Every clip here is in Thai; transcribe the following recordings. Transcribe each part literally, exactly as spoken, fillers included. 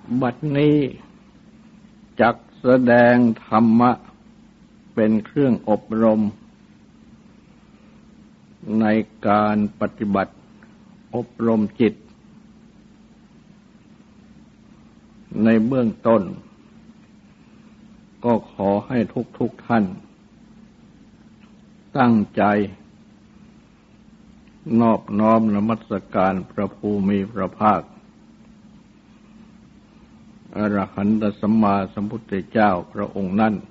บัดนี้จักแสดงธรรมะเป็นเครื่องอบรมในการปฏิบัติอบรมจิตในเบื้องต้นก็ขอให้ทุกๆท่านตั้งใจนอบน้อมนมัสการพระภูมิพระภาคอรหันตสัมมาสัมพุทธเจ้าพระองค์นั้น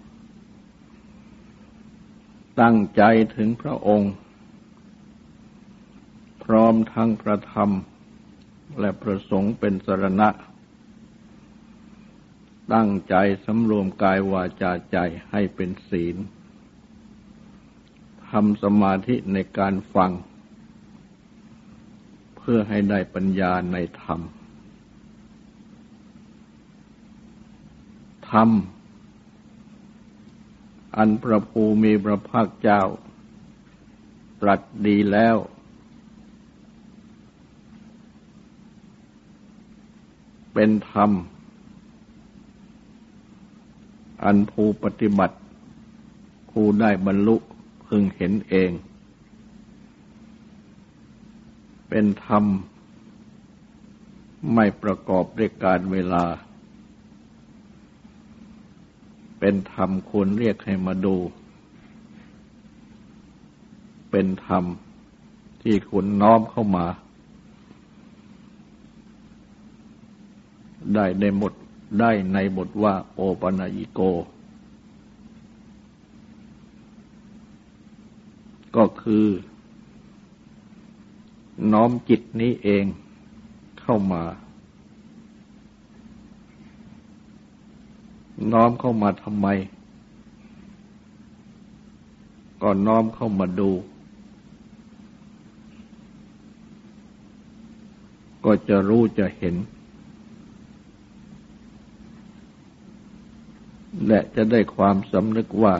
ตั้งใจถึงพระองค์พร้อมทั้งพระธรรมและพระสงฆ์เป็นสรณะตั้งใจสำรวมกายวาจาใจให้เป็นศีลทำสมาธิในการฟังเพื่อให้ได้ปัญญาในธรรมธรรมอันพระภูมิพระภาคเจ้าตรัสดีแล้วเป็นธรรมอันผู้ปฏิบัติผู้ได้บรรลุพึงเห็นเองเป็นธรรมไม่ประกอบด้วยการเวลาเป็นธรรมควรเรียกให้มาดูเป็นธรรมที่ควรน้อมเข้ามาได้ในบทได้ในบทว่าโอปนัญิโกก็คือน้อมจิตนี้เองเข้ามาน้อมเข้ามาทำไมก็น้อมเข้ามาดูก็จะรู้จะเห็นและจะได้ความสำนึกว่า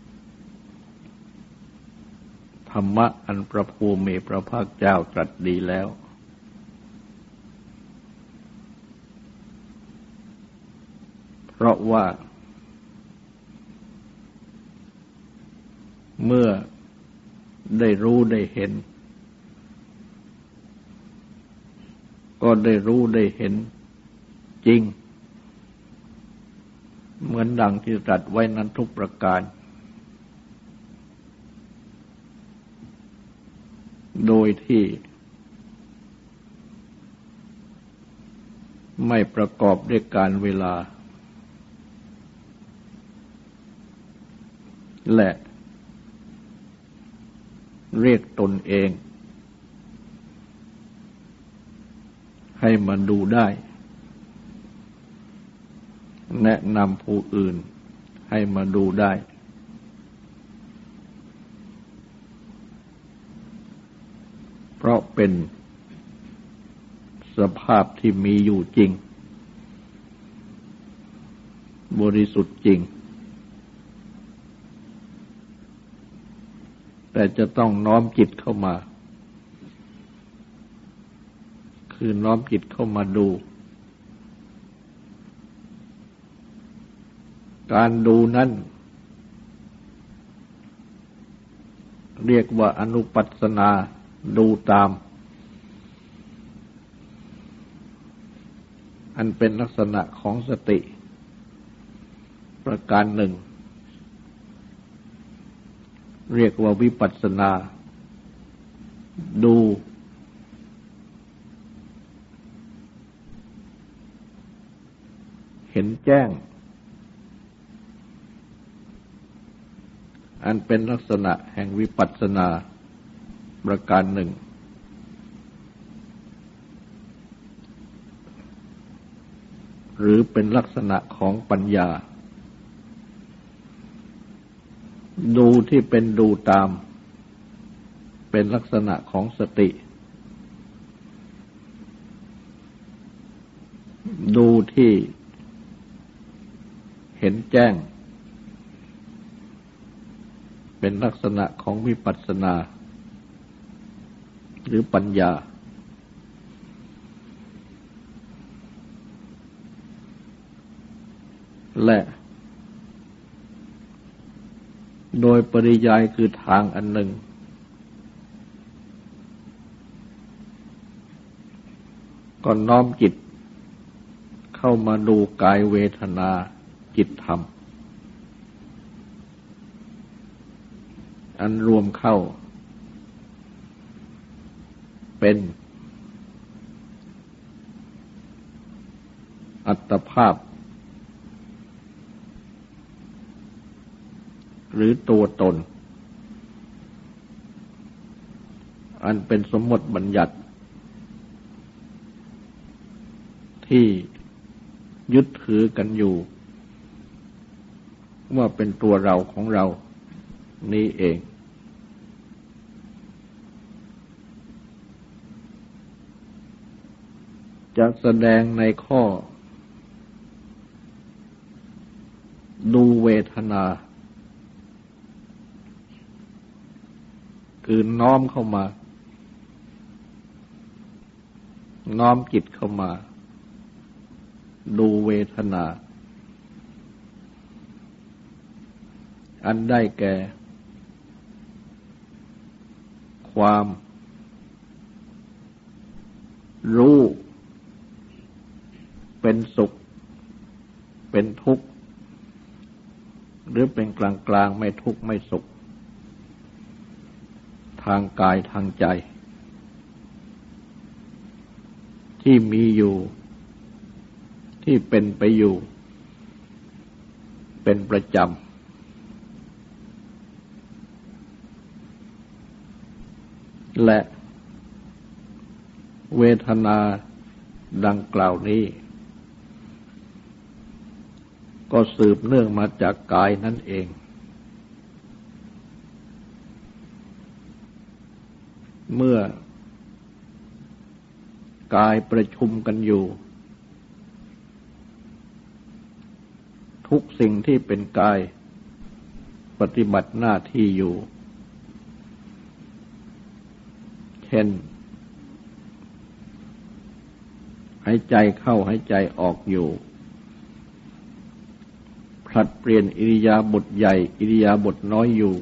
ธรรมะอันพระภูมิพระภาคเจ้าตรัสดีแล้วเพราะว่าเมื่อได้รู้ได้เห็นก็ได้รู้ได้เห็นจริงเหมือนดังที่ตรัสไว้นั้นทุกประการโดยที่ไม่ประกอบด้วยการเวลาและเรียกตนเองให้มาดูได้แนะนำผู้อื่นให้มาดูได้เพราะเป็นสภาพที่มีอยู่จริงบริสุทธิ์จริงแต่จะต้องน้อมจิตเข้ามาคือน้อมจิตเข้ามาดูการดูนั้นเรียกว่าอนุปัสสนาดูตามอันเป็นลักษณะของสติประการหนึ่งเรียกว่าวิปัสสนาดูเห็นแจ้งอันเป็นลักษณะแห่งวิปัสสนาประการหนึ่งหรือเป็นลักษณะของปัญญาดูที่เป็นดูตามเป็นลักษณะของสติดูที่เห็นแจ้งเป็นลักษณะของวิปัสสนาหรือปัญญาและโดยปริยายคือทางอันหนึ่งก็น้อมจิตเข้ามาดูกายเวทนาจิตธรรมอันรวมเข้าเป็นอัตภาพหรือตัวตนอันเป็นสมมติบัญญัติที่ยึดถือกันอยู่ว่าเป็นตัวเราของเรานี้เองจะแสดงในข้อดูเวทนาคือน้อมเข้ามาน้อมจิตเข้ามาดูเวทนาอันได้แก่ความรู้เป็นสุขเป็นทุกข์หรือเป็นกลางๆไม่ทุกข์ไม่สุขทางกายทางใจที่มีอยู่ที่เป็นไปอยู่เป็นประจำและเวทนาดังกล่าวนี้ก็สืบเนื่องมาจากกายนั่นเองเมื่อกายประชุมกันอยู่ทุกสิ่งที่เป็นกายปฏิบัติหน้าที่อยู่เช่นหายใจเข้าหายใจออกอยู่ผลัดเปลี่ยนอิริยาบถใหญ่อิริยาบถน้อยอยู่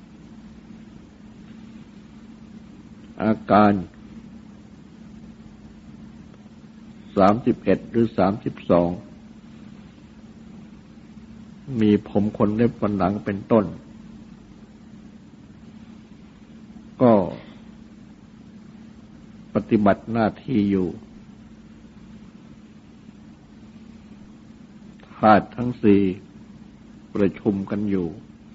อาการสามสิบเอ็ดหรือสามสิบสองมีผมขนเล็บฟันหนังเป็นต้นก็ปฏิบัติหน้าที่อยู่ธาตุทั้งสี่ประชุมกันอยู่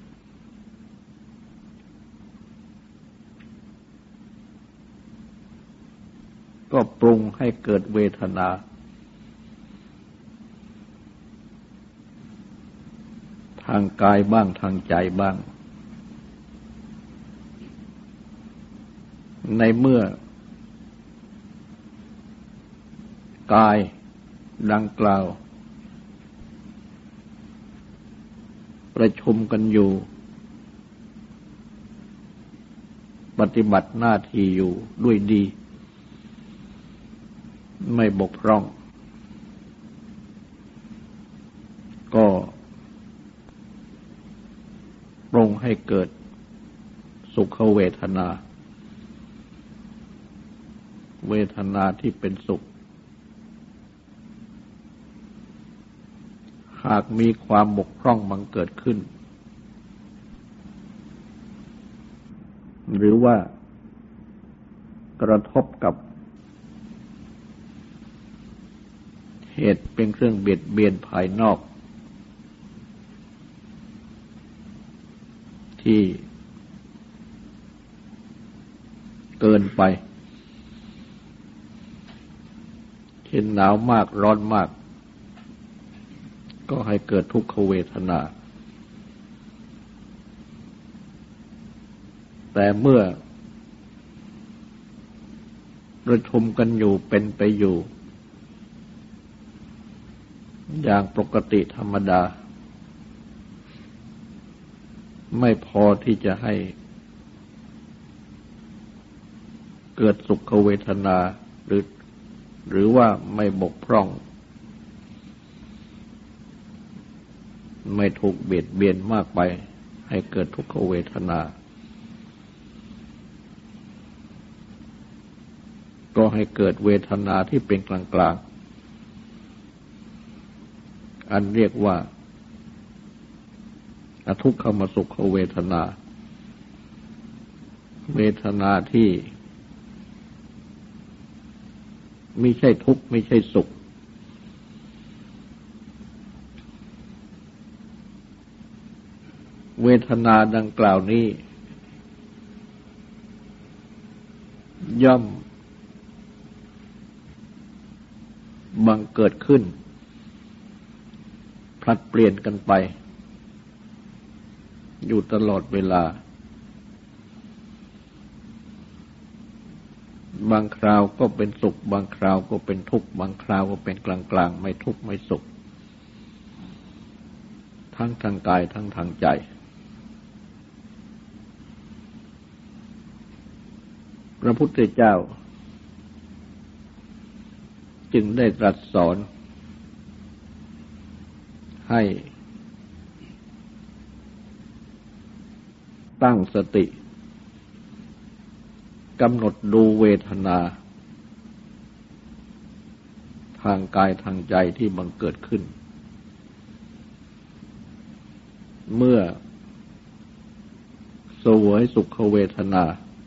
ก็ปรุงให้เกิดเวทนาทางกายบ้างทางใจบ้างในเมื่อกายดังกล่าวประชุมกันอยู่ปฏิบัติหน้าที่อยู่ด้วยดีไม่บกพร่องก็ปรุงให้เกิดสุขเวทนาเวทนาที่เป็นสุขหากมีความบกพร่องบังเกิดขึ้นหรือว่ากระทบกับเหตุเป็นเครื่องเบียดเบียนภายนอกที่เกินไปเช่นหนาวมากร้อนมากก็ให้เกิดทุกขเวทนาแต่เมื่อประชุมกันอยู่เป็นไปอยู่อย่างปกติธรรมดาไม่พอที่จะให้เกิดสุขเวทนาหรือหรือว่าไม่บกพร่องไม่ถูกเบียดเบียนมากไปให้เกิดทุกขเวทนาก็ให้เกิดเวทนาที่เป็นกลางๆอันเรียกว่าอทุกขมสุขเวทนาเวทนาที่ไม่ใช่ทุกข์ไม่ใช่สุขเวทนาดังกล่าวนี้ย่อมบังเกิดขึ้นผลัดเปลี่ยนกันไปอยู่ตลอดเวลาบางคราวก็เป็นสุขบางคราวก็เป็นทุกข์บางคราวก็เป็นกลางๆไม่ทุกข์ไม่สุขทั้งทางกายทั้งทางใจพระพุทธเจ้าจึงได้ตรัสสอนให้ตั้งสติกำหนดดูเวทนาทางกายทางใจที่บังเกิดขึ้นเมื่อเสวยสุขเวทนา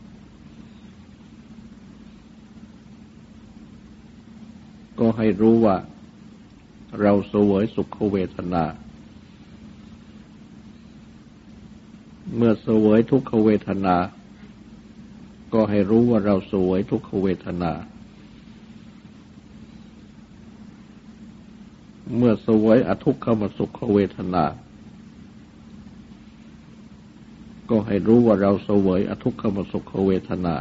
ก็ให้รู้ว่าเราเสวยสุขเวทนาเมื่อเสวยทุกขเวทนาก็ให้รู้ว่าเราเสวยทุกขเวทนาเมื่อเสวยอทุกขมสุขเวทนาก็ให้รู้ว่าเราเสวยอทุกขมสุขเวทนา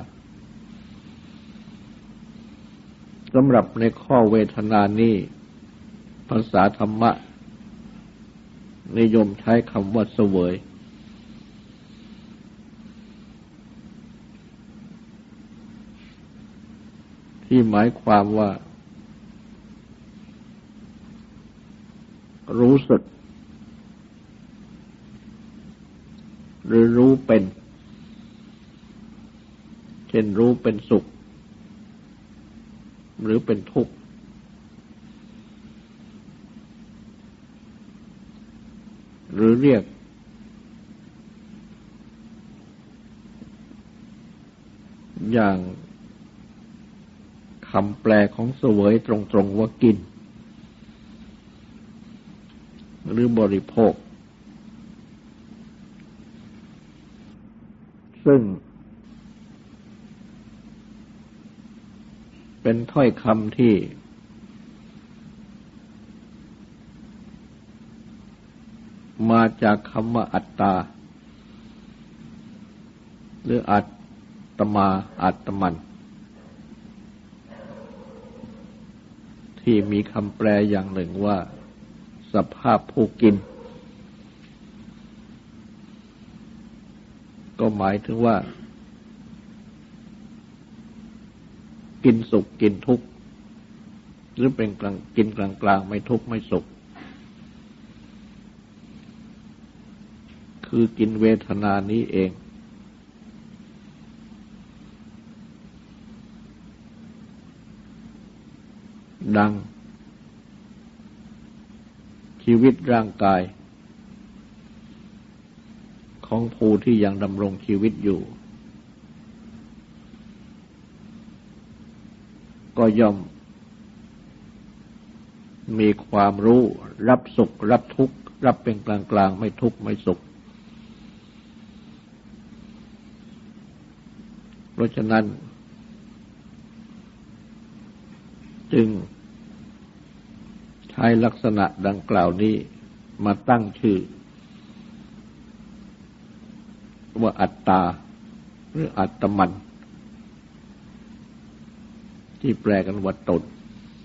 สำหรับในข้อเวทนานี้ภาษาธรรมะนิยมใช้คำว่าเสวยที่หมายความว่ารู้สึกหรือรู้เป็นเช่นรู้เป็นสุขหรือเป็นทุกข์หรือเรียกอย่างคำแปลของเสวยตรงๆว่ากินหรือบริโภคซึ่งเป็นถ้อยคำที่มาจากคำว่าอัตตาหรืออัตตมาอัตมันที่มีคำแปลอย่างหนึ่งว่าสภาพผู้กินก็หมายถึงว่ากินสุขกินทุกข์หรือเป็นกลางกินกลางๆไม่ทุกข์ไม่สุขคือกินเวทนานี้เองดังชีวิตร่างกายของผู้ที่ยังดำรงชีวิตอยู่ก็ย่อมมีความรู้รับสุขรับทุกข์รับเป็นกลางกลางไม่ทุกข์ไม่สุขเพราะฉะนั้นจึงใช้ลักษณะดังกล่าวนี้มาตั้งชื่อว่าอัตตาหรืออัตมันที่แปลกันว่าตน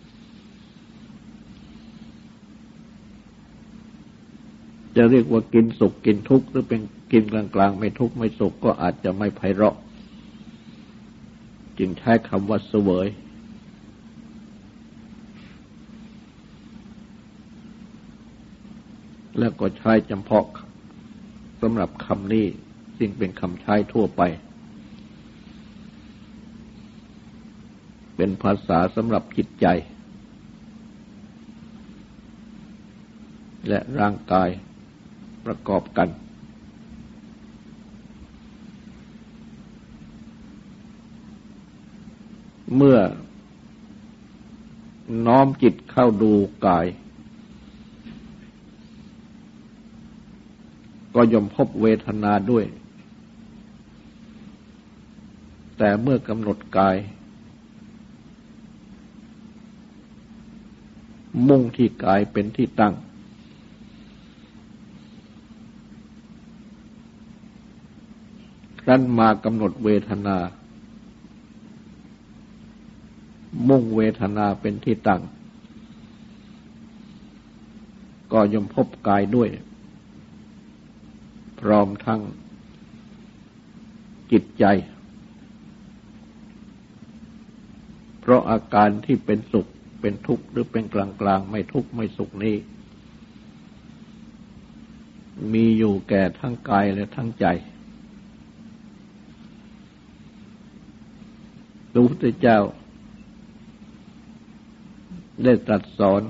จะเรียกว่ากินสุขกินทุกข์หรือเป็นกินกลางๆไม่ทุกข์ไม่สุขก็อาจจะไม่ไพเราะจึงใช้คำว่าเสวยแล้วก็ใช้จำเพาะสำหรับคำนี้ซึ่งเป็นคำใช้ทั่วไปเป็นภาษาสำหรับจิตใจและร่างกายประกอบกันเมื่อน้อมจิตเข้าดูกายก็ย่อมพบเวทนาด้วยแต่เมื่อกำหนดกายมุ่งที่กายเป็นที่ตั้งครั้นมากำหนดเวทนามุ่งเวทนาเป็นที่ตั้งก็ย่อมพบกายด้วยพร้อมทั้งจิตใจเพราะอาการที่เป็นสุขเป็นทุกข์หรือเป็นกลางกลางไม่ทุกข์ไม่สุขนี้มีอยู่แก่ทั้งกายและทั้งใจพระพุทธเจ้าได้ตรัสสอน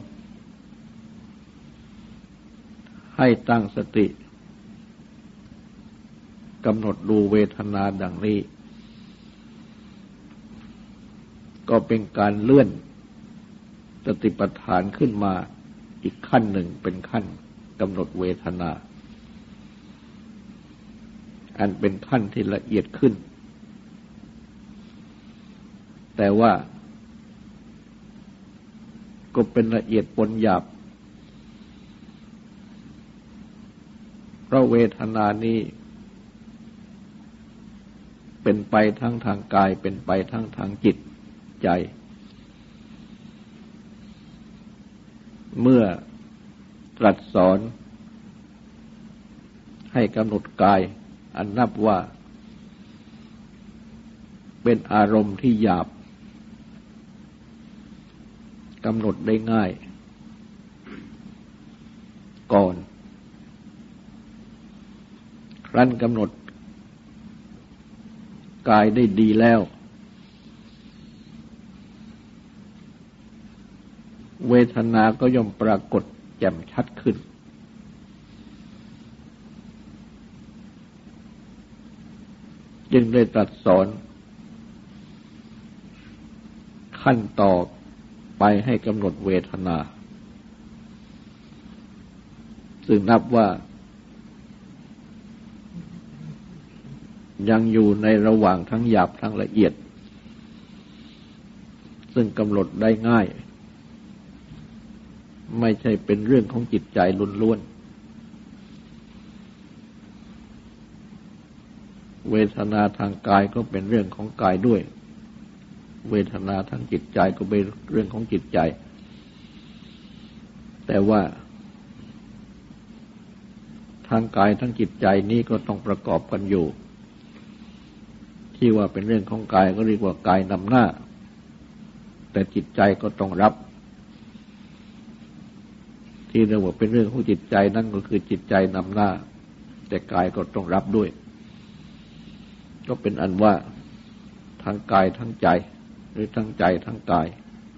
ให้ตั้งสติกำหนดดูเวทนาดังนี้ก็เป็นการเลื่อนสติปัฏฐานขึ้นมาอีกขั้นหนึ่งเป็นขั้นกำหนดเวทนาอันเป็นขั้นที่ละเอียดขึ้นแต่ว่าก็เป็นละเอียดปนหยาบเพราะเวทนานี้เป็นไปทั้งทางกายเป็นไปทั้งทางจิตใจเมื่อตรัสสอนให้กำหนดกายอันนับว่าเป็นอารมณ์ที่หยาบกำหนดได้ง่ายก่อนครั้นกำหนดกายได้ดีแล้วเวทนาก็ย่อมปรากฏแจ่มชัดขึ้นจึงได้ตรัสสอนขั้นต่อไปให้กำหนดเวทนาซึ่งนับว่ายังอยู่ในระหว่างทั้งหยาบทั้งละเอียดซึ่งกำหนดได้ง่ายไม่ใช่เป็นเรื่องของจิตใจล้วนๆเวทนาทางกายก็เป็นเรื่องของกายด้วยเวทนาทางจิตใจก็เป็นเรื่องของจิตใจแต่ว่าทางกายทั้งจิตใจนี้ก็ต้องประกอบกันอยู่ที่ว่าเป็นเรื่องของกายก็เรียกว่ากายนำหน้าแต่จิตใจก็ต้องรับที่เรียกว่าเป็นเรื่องของจิตใจนั่นก็คือจิตใจนำหน้าแต่กายก็ต้องรับด้วยก็เป็นอันว่าทั้งกายทั้งใจหรือทั้งใจทั้งกาย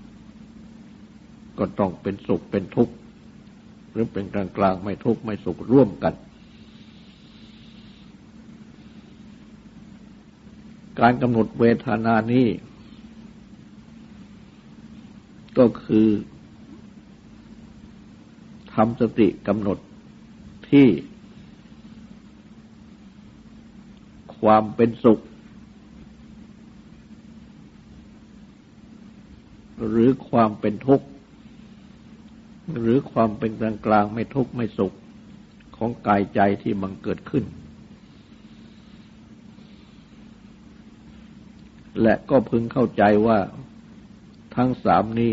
ก็ต้องเป็นสุขเป็นทุกข์หรือเป็นกลางกลางไม่ทุกข์ไม่สุขร่วมกันการกำหนดเวทนานี้ก็คือทำสติกำหนดที่ความเป็นสุขหรือความเป็นทุกข์หรือความเป็นกลางกลางไม่ทุกข์ไม่สุขของกายใจที่มันเกิดขึ้นและก็พึงเข้าใจว่าทั้งสามนี้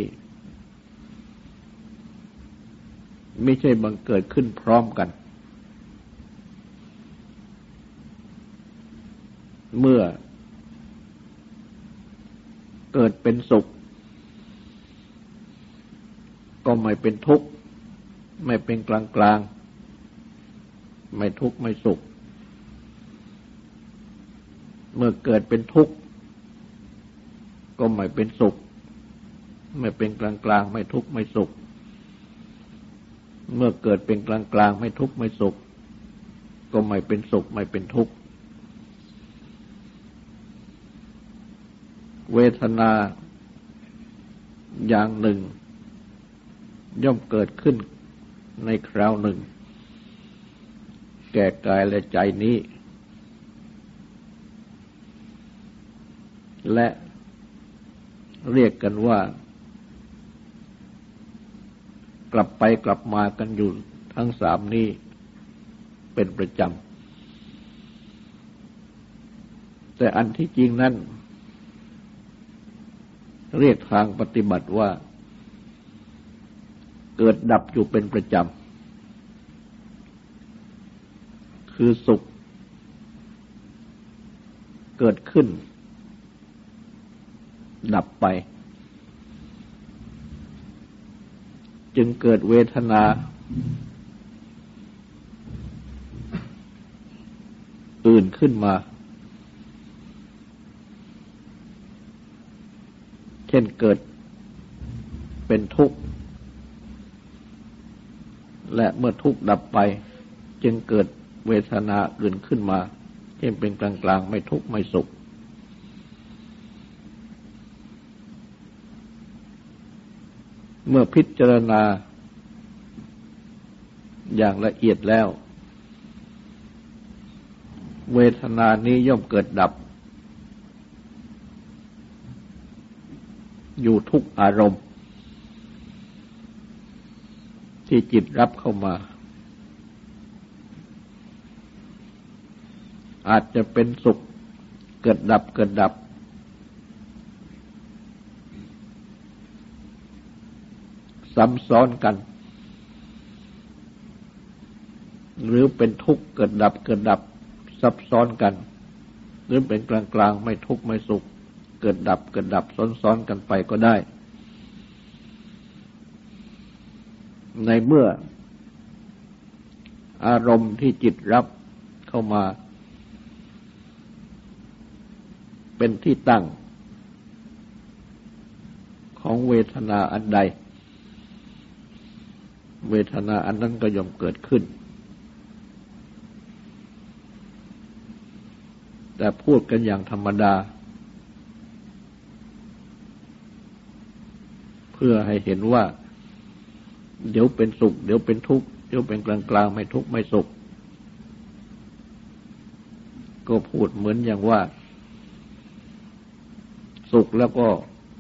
ไม่ใช่บังเกิดขึ้นพร้อมกันเมื่อเกิดเป็นสุขก็ไม่เป็นทุกข์ไม่เป็นกลางกลางไม่ทุกข์ไม่สุขเมื่อเกิดเป็นทุกข์ก็ไม่เป็นสุขไม่เป็นกลางกลางไม่ทุกข์ไม่สุขเมื่อเกิดเป็นกลางกลางไม่ทุกข์ไม่สุขก็ไม่เป็นสุขไม่เป็นทุกข์เวทนาอย่างหนึ่งย่อมเกิดขึ้นในคราวหนึ่งแก่กายและใจนี้และเรียกกันว่ากลับไปกลับมากันอยู่ทั้งสามนี้เป็นประจำแต่อันที่จริงนั้นเรียกทางปฏิบัติว่าเกิดดับอยู่เป็นประจำคือสุขเกิดขึ้นดับไปจึงเกิดเวทนาอื่นขึ้นมาเช่นเกิดเป็นทุกข์และเมื่อทุกข์ดับไปจึงเกิดเวทนาอื่นขึ้นมาเช่นเป็นกลางกลางไม่ทุกข์ไม่สุขเมื่อพิจารณาอย่างละเอียดแล้วเวทนานี้ย่อมเกิดดับอยู่ทุกอารมณ์ที่จิตรับเข้ามาอาจจะเป็นสุขเกิดดับเกิดดับซ้ำซ้อนกันหรือเป็นทุกข์เกิดดับเกิดดับซับซ้อนกันหรือเป็นกลางกลางไม่ทุกข์ไม่สุขเกิดดับเกิดดับซ้อนๆกันไปก็ได้ในเมื่ออารมณ์ที่จิตรับเข้ามาเป็นที่ตั้งของเวทนาอันใดเวทนาอันนั้นก็ย่อมเกิดขึ้นแต่พูดกันอย่างธรรมดาเพื่อให้เห็นว่าเดี๋ยวเป็นสุขเดี๋ยวเป็นทุกข์เดี๋ยวเป็นกลางกลางไม่ทุกข์ไม่สุขก็พูดเหมือนอย่างว่าสุขแล้วก็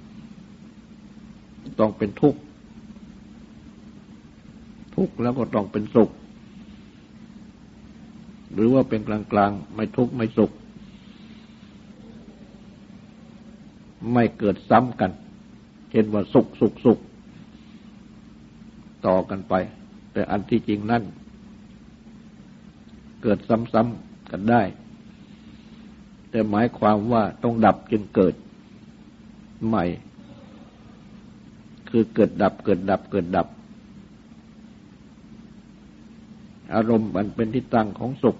ต้องเป็นทุกข์ทุกข์แล้วก็ต้องเป็นสุขหรือว่าเป็นกลางกลางไม่ทุกข์ไม่สุขไม่เกิดซ้ำกันเช่นว่าสุขสุขสุขต่อกันไปแต่อันที่จริงนั่นเกิดซ้ำๆกันได้แต่หมายความว่าต้องดับจึงเกิดใหม่คือเกิดดับเกิดดับเกิดดับอารมณ์มันเป็นที่ตั้งของสุข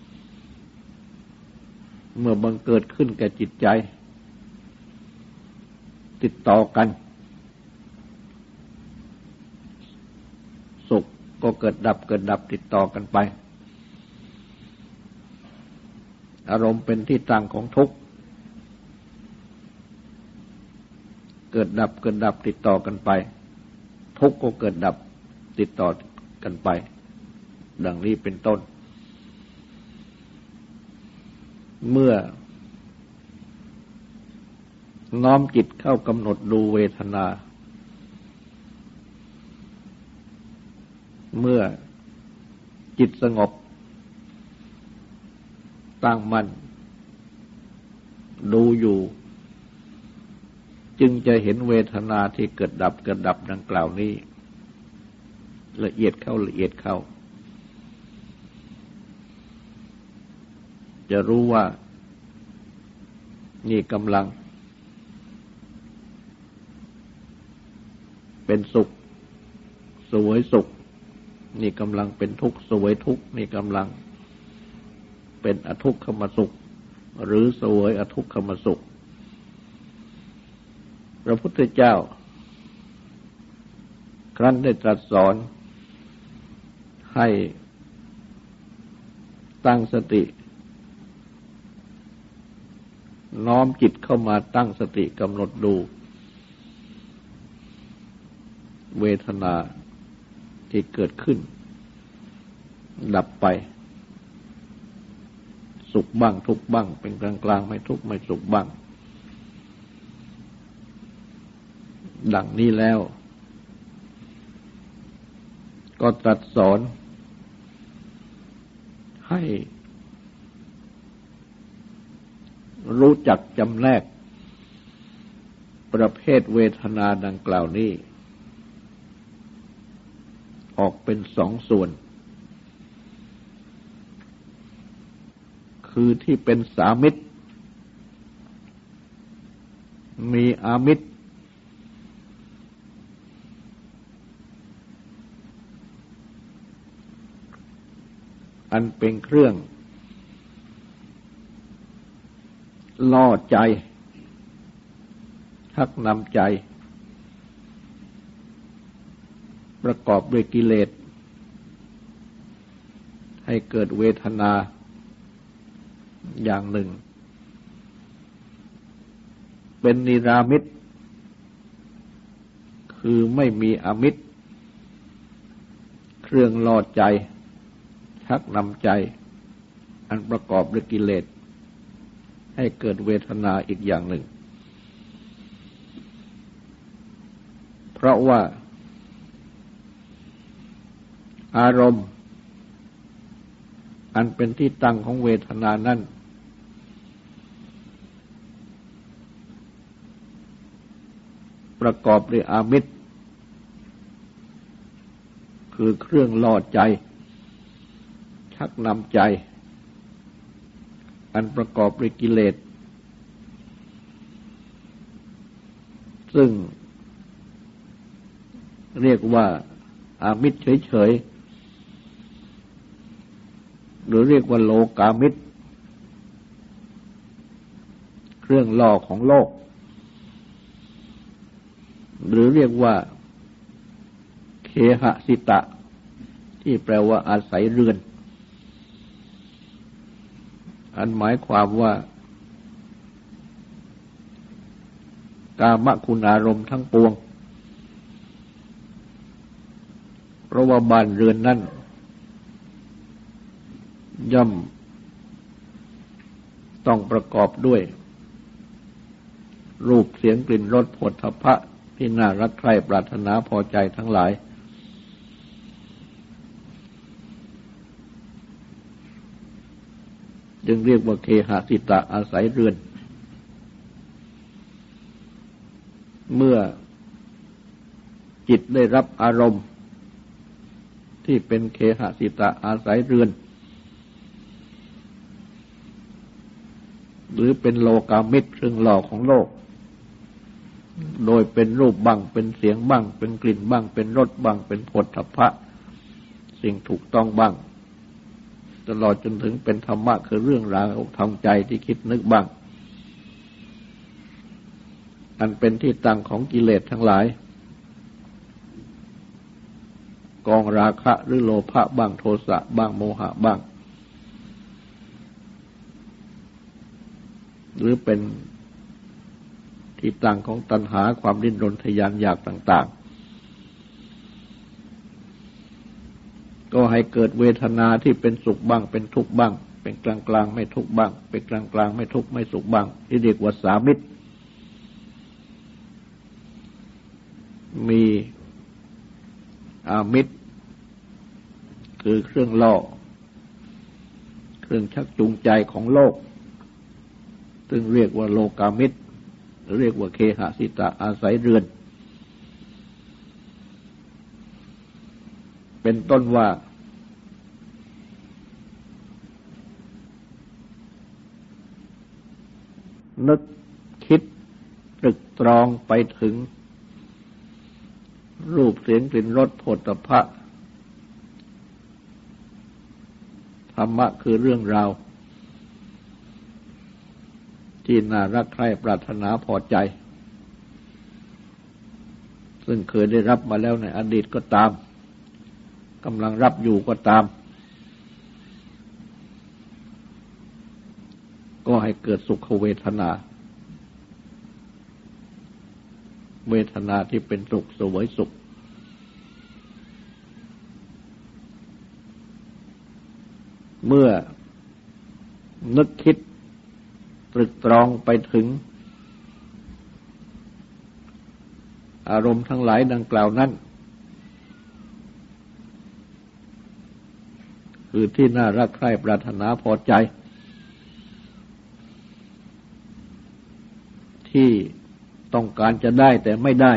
เมื่อบังเกิดขึ้นแก่จิตใจติดต่อกันสุขก็เกิดดับเกิดดับติดต่อกันไปอารมณ์เป็นที่ตั้งของทุกข์เกิดดับเกิดดับติดต่อกันไปทุกข์ก็เกิดดับติดต่อกันไปดังนี้เป็นต้นเมื่อน้อมจิตเข้ากำหนดดูเวทนาเมื่อจิตสงบตั้งมั่นดูอยู่จึงจะเห็นเวทนาที่เกิดดับเกิดดับดังกล่าวนี้ละเอียดเข้าละเอียดเข้าจะรู้ว่านี่กำลังเป็นสุขสวยสุขนี่กำลังเป็นทุกข์เสวยทุกข์นี่กำลังเป็นอทุกขมสุขหรือเสวยอทุกขมสุขพระพุทธเจ้าครั้นได้ตรัสสอนให้ตั้งสติน้อมจิตเข้ามาตั้งสติกำหนดดูเวทนาที่เกิดขึ้นดับไปสุขบ้างทุกข์บ้างเป็นกลางกลางไม่ทุกข์ไม่สุขบ้างดังนี้แล้วก็ตรัสสอนให้รู้จักจำแนกประเภทเวทนาดังกล่าวนี้ออกเป็นสองส่วนคือที่เป็นสามิตรมีอามิตรอันเป็นเครื่องล่อใจชักนำใจประกอบด้วยกิเลสให้เกิดเวทนาอย่างหนึ่งเป็นนิรามิตคือไม่มีอามิตรเครื่องล่อใจชักนำใจอันประกอบด้วยกิเลสให้เกิดเวทนาอีกอย่างหนึ่งเพราะว่าอารมณ์อันเป็นที่ตั้งของเวทนานั้นประกอบด้วยอามิตรคือเครื่องล่อใจชักนำใจอันประกอบด้วยกิเลสซึ่งเรียกว่าอามิตรเฉยๆหรือเรียกว่าโลกามิตรเครื่องล่อของโลกหรือเรียกว่าเคหสิตะที่แปลว่าอาศัยเรือนอันหมายความว่ากามคุณอารมณ์ทั้งปวงเพราะว่าบ้านเรือนนั้นย่อมต้องประกอบด้วยรูปเสียงกลิ่นรสโผฏฐัพพะที่น่ารักใคร่ปรารถนาพอใจทั้งหลายจึงเรียกว่าเคหสิตะอาศัยเรือนเมื่อจิตได้รับอารมณ์ที่เป็นเคหสิตะอาศัยเรือนหรือเป็นโลกามิตรเครื่องหล่อของโลกโดยเป็นรูปบ้างเป็นเสียงบ้างเป็นกลิ่นบ้างเป็นรสบ้างเป็นโผฏฐัพพะสิ่งถูกต้องบ้างตลอดจนถึงเป็นธรรมะคือเรื่องราวทางใจที่คิดนึกบ้างอันเป็นที่ตั้งของกิเลสทั้งหลายกองราคะหรือโลภะบ้างโทสะบ้างโมหะบ้างหรือเป็นที่ตั้งของตัณหาความดิ้นรนทยานอยากต่างๆก็ให้เกิดเวทนาที่เป็นสุขบ้างเป็นทุกข์บ้างเป็นกลางกลางไม่ทุกข์บ้างเป็นกลางกลางไม่ทุกข์ไม่สุขบ้างที่เรียกว่าสามิตรมีอามิตรคือเครื่องล่อเครื่องชักจูงใจของโลกซึ่งเรียกว่าโลกามิตรหรือเรียกว่าเคหสิตะอาศัยเรือนเป็นต้นว่านึกคิดตรึกตรองไปถึงรูปเสียงกลิ่นรสโผฏฐัพพะธรรมะคือเรื่องราวที่น่ารักใคร่ปรารถนาพอใจซึ่งเคยได้รับมาแล้วในอดีตก็ตามกำลังรับอยู่ก็ตามก็ให้เกิดสุขเวทนาเวทนาที่เป็นสุขเสวยสุขเมื่อนึกคิดตรึกตรองไปถึงอารมณ์ทั้งหลายดังกล่าวนั้นคือที่น่ารักใคร่ปรารถนาพอใจที่ต้องการจะได้แต่ไม่ได้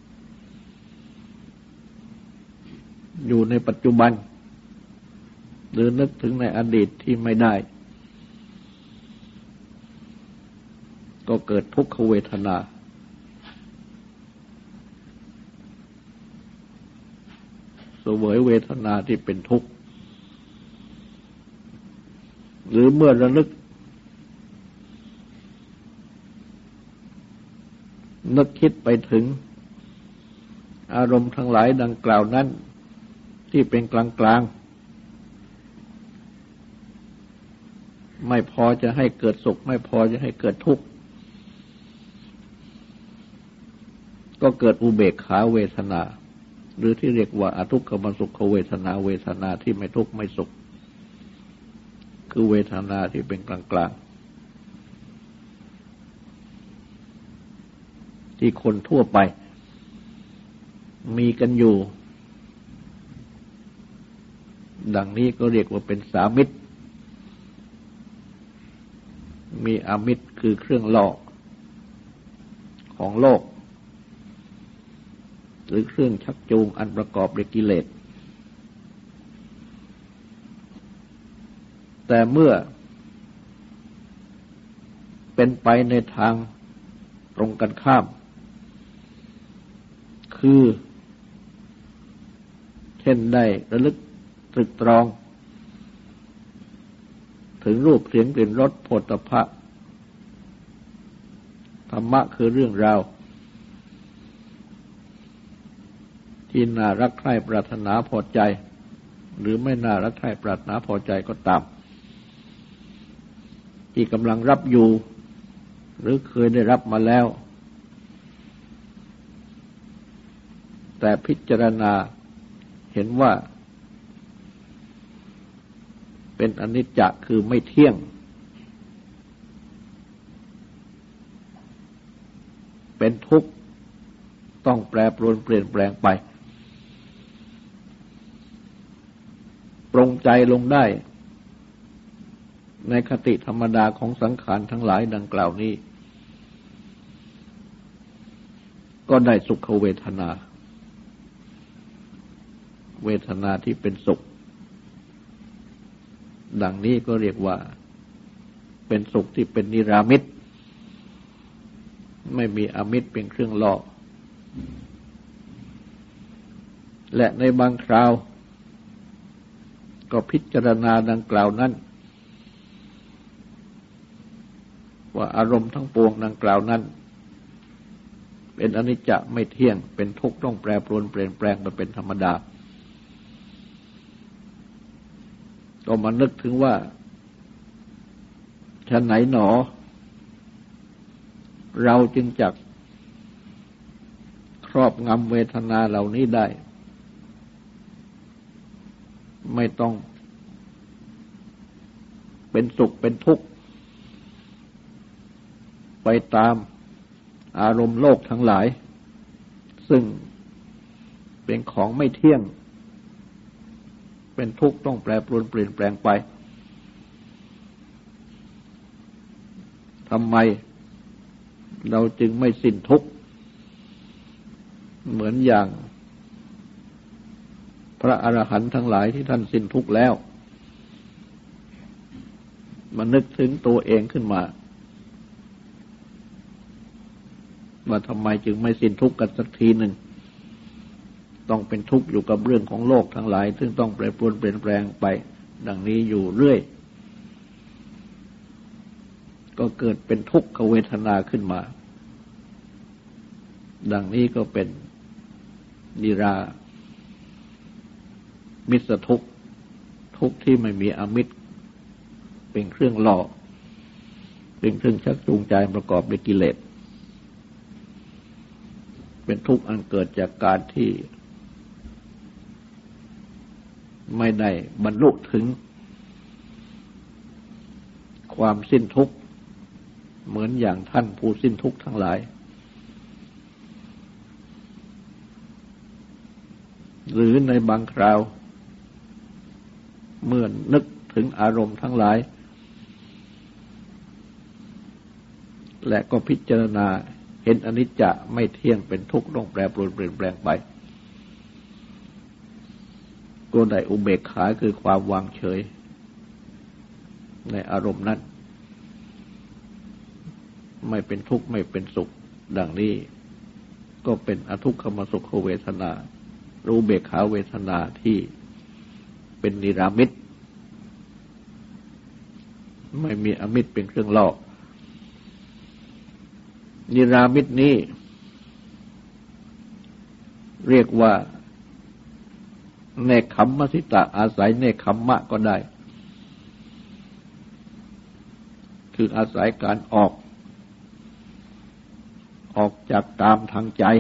อยู่ในปัจจุบันหรือนึกถึงในอดีตที่ไม่ได้ก็เกิดทุกขเวทนาเสวยเวทนาที่เป็นทุกข์หรือเมื่อระลึกนึกคิดไปถึงอารมณ์ทั้งหลายดังกล่าวนั้นที่เป็นกลางๆไม่พอจะให้เกิดสุขไม่พอจะให้เกิดทุกข์ก็เกิดอุเบกขาเวทนาหรือที่เรียกว่าอทุกขมสุขเวทนาเวทนาที่ไม่ทุกข์ไม่สุขคือเวทนาที่เป็นกลางๆที่คนทั่วไปมีกันอยู่ดังนี้ก็เรียกว่าเป็นสามิตรมีอามิตรคือเครื่องหลอกของโลกหรือเครื่องชักจูงอันประกอบด้วยกิเลสแต่เมื่อเป็นไปในทางตรงกันข้ามคือเช่นได้ระลึกตรึกตรองถึงรูปเสียงกลิ่นรสโผฏฐัพพะธรรมะคือเรื่องราวที่น่ารักใคร่ปรารถนาพอใจหรือไม่น่ารักใคร่ปรารถนาพอใจก็ตามที่กำลังรับอยู่หรือเคยได้รับมาแล้วแต่พิจารณาเห็นว่าเป็นอนิจจคือไม่เที่ยงเป็นทุกข์ต้องแปรปรวนเปลี่ยนแปลงไปปรงใจลงได้ในคติธรรมดาของสังขารทั้งหลายดังกล่าวนี้ก็ได้สุขเวทนาเวทนาที่เป็นสุขดังนี้ก็เรียกว่าเป็นสุขที่เป็นนิรามิตไม่มีอมิตรเป็นเครื่องล่อและในบางคราวก็พิจารณาดังกล่าวนั้นว่าอารมณ์ทั้งปวงดังกล่าวนั้นเป็นอนิจจไม่เที่ยงเป็นทุกข์ต้องแปรปรวนเปลี่ยนแปลงไปเป็นธรรมดาก็มานึกถึงว่าฉะไหนหนอเราจึงจักครอบงำเวทนาเหล่านี้ได้ไม่ต้องเป็นสุขเป็นทุกข์ไปตามอารมณ์โลกทั้งหลายซึ่งเป็นของไม่เที่ยงเป็นทุกข์ต้องแปรปรวนเปลี่ยนแปลงไปทำไมเราจึงไม่สิ้นทุกข์เหมือนอย่างพระอรหันต์ทั้งหลายที่ท่านสิ้นทุกข์แล้วมานึกถึงตัวเองขึ้นมาว่าทำไมจึงไม่สิ้นทุกข์กันสักทีหนึ่งต้องเป็นทุกข์อยู่กับเรื่องของโลกทั้งหลายซึ่งต้องแปรปรวนเปลี่ยนแปลงไปดังนี้อยู่เรื่อยก็เกิดเป็นทุกขเวทนาขึ้นมาดังนี้ก็เป็นนิรามิสทุกข์ทุกข์ที่ไม่มีอมิตรเป็นเครื่องหล่อเป็นเครื่องชักจูงใจประกอบด้วยกิเลสเป็นทุกข์อันเกิดจากการที่ไม่ได้บรรลุถึงความสิ้นทุกข์เหมือนอย่างท่านผู้สิ้นทุกข์ทั้งหลายหรือในบางคราวเมื่อนึกถึงอารมณ์ทั้งหลายและก็พิจารณาเห็นอนิจจะไม่เที่ยงเป็นทุกข์ต้องแปรปรวนเปลี่ยนแปลงไปก็ได้อุเบกขาคือความวางเฉยในอารมณ์นั้นไม่เป็นทุกข์ไม่เป็นสุขดังนี้ก็เป็นอทุกขมสุขเวทนารู้เบกขาเวทนาที่เป็นนิรามิตไม่มีอมิตรเป็นเครื่องล่อนิรามิตนี้เรียกว่าเนกขัมมสิตะอาศัยเนกขัมมะก็ได้คืออาศัยการออกออกจากตามทางใจ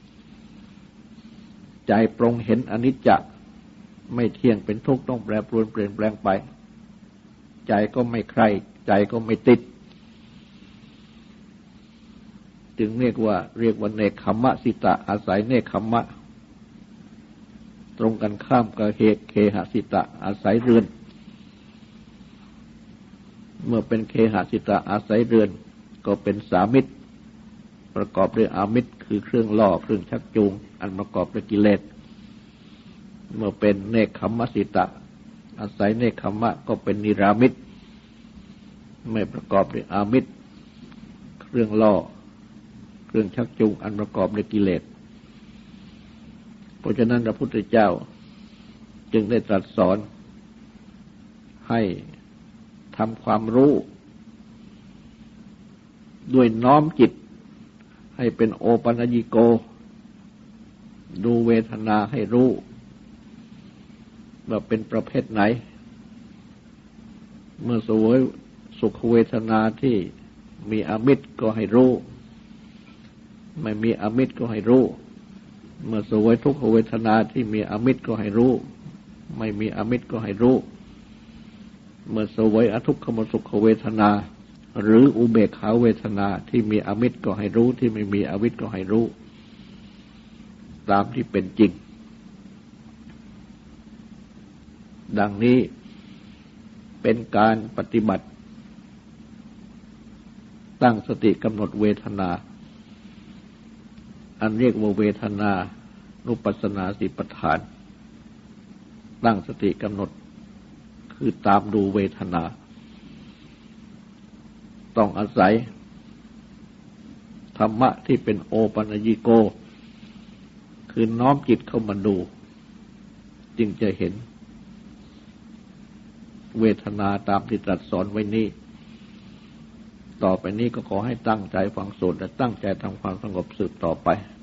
ใจปรงเห็นอนิจจ์ไม่เที่ยงเป็นทุกข์ต้องแปรปรวนเปลี่ยนแปลงไปใจก็ไม่ใคร่ใจก็ไม่ติดจึงเรียกว่าเรียกว่าเนกขัมมะสิตะอาศัยเนกขัมมะตรงกันข้ามกับเหตุเคหสิตะอาศัยเรือนเมื่อเป็นเคหสิตะอาศัยเรือนก็เป็นสามิตรประกอบด้วยอามิตรคือเครื่องล่อเครื่องชักจูงอันประกอบด้วยกิเลสเมื่อเป็นเนกขัมมสิตะอาศัยเนกขัมมะก็เป็นนิรามิตรไม่ประกอบด้วยอามิตรเครื่องล่อเครื่องชักจูงอันประกอบด้วยกิเลสเพราะฉะนั้นพระพุทธเจ้าจึงได้ตรัสสอนให้ทำความรู้ด้วยน้อมจิตให้เป็นโอปัญญิโกดูเวทนาให้รู้ว่าเป็นประเภทไหนเมื่อเสวยสุขเวทนาที่มีอมิตรก็ให้รู้ไม่มีอมิตรก็ให้รู้เมื่อเสวยทุกขเวทนาที่มีอมิตรก็ให้รู้ไม่มีอมิตรก็ให้รู้เมื่อเสวยอทุกขมสุขเวทนาหรืออุเบกขาเวทนาที่มีอมิตรก็ให้รู้ที่ไม่มีอมิตรก็ให้รู้ตามที่เป็นจริงดังนี้เป็นการปฏิบัติตั้งสติกำหนดเวทนาอันเรียกว่าเวทนานุปัสสนาสติปัฏฐานตั้งสติกำหนดคือตามดูเวทนาต้องอาศัยธรรมะที่เป็นโอปัญญิโกคือน้อมจิตเข้ามาดูจึงจะเห็นเวทนาตามที่ตรัสสอนไว้นี้ต่อไปนี้ก็ขอให้ตั้งใจฟังสวดและตั้งใจทำความสงบสืบต่อไป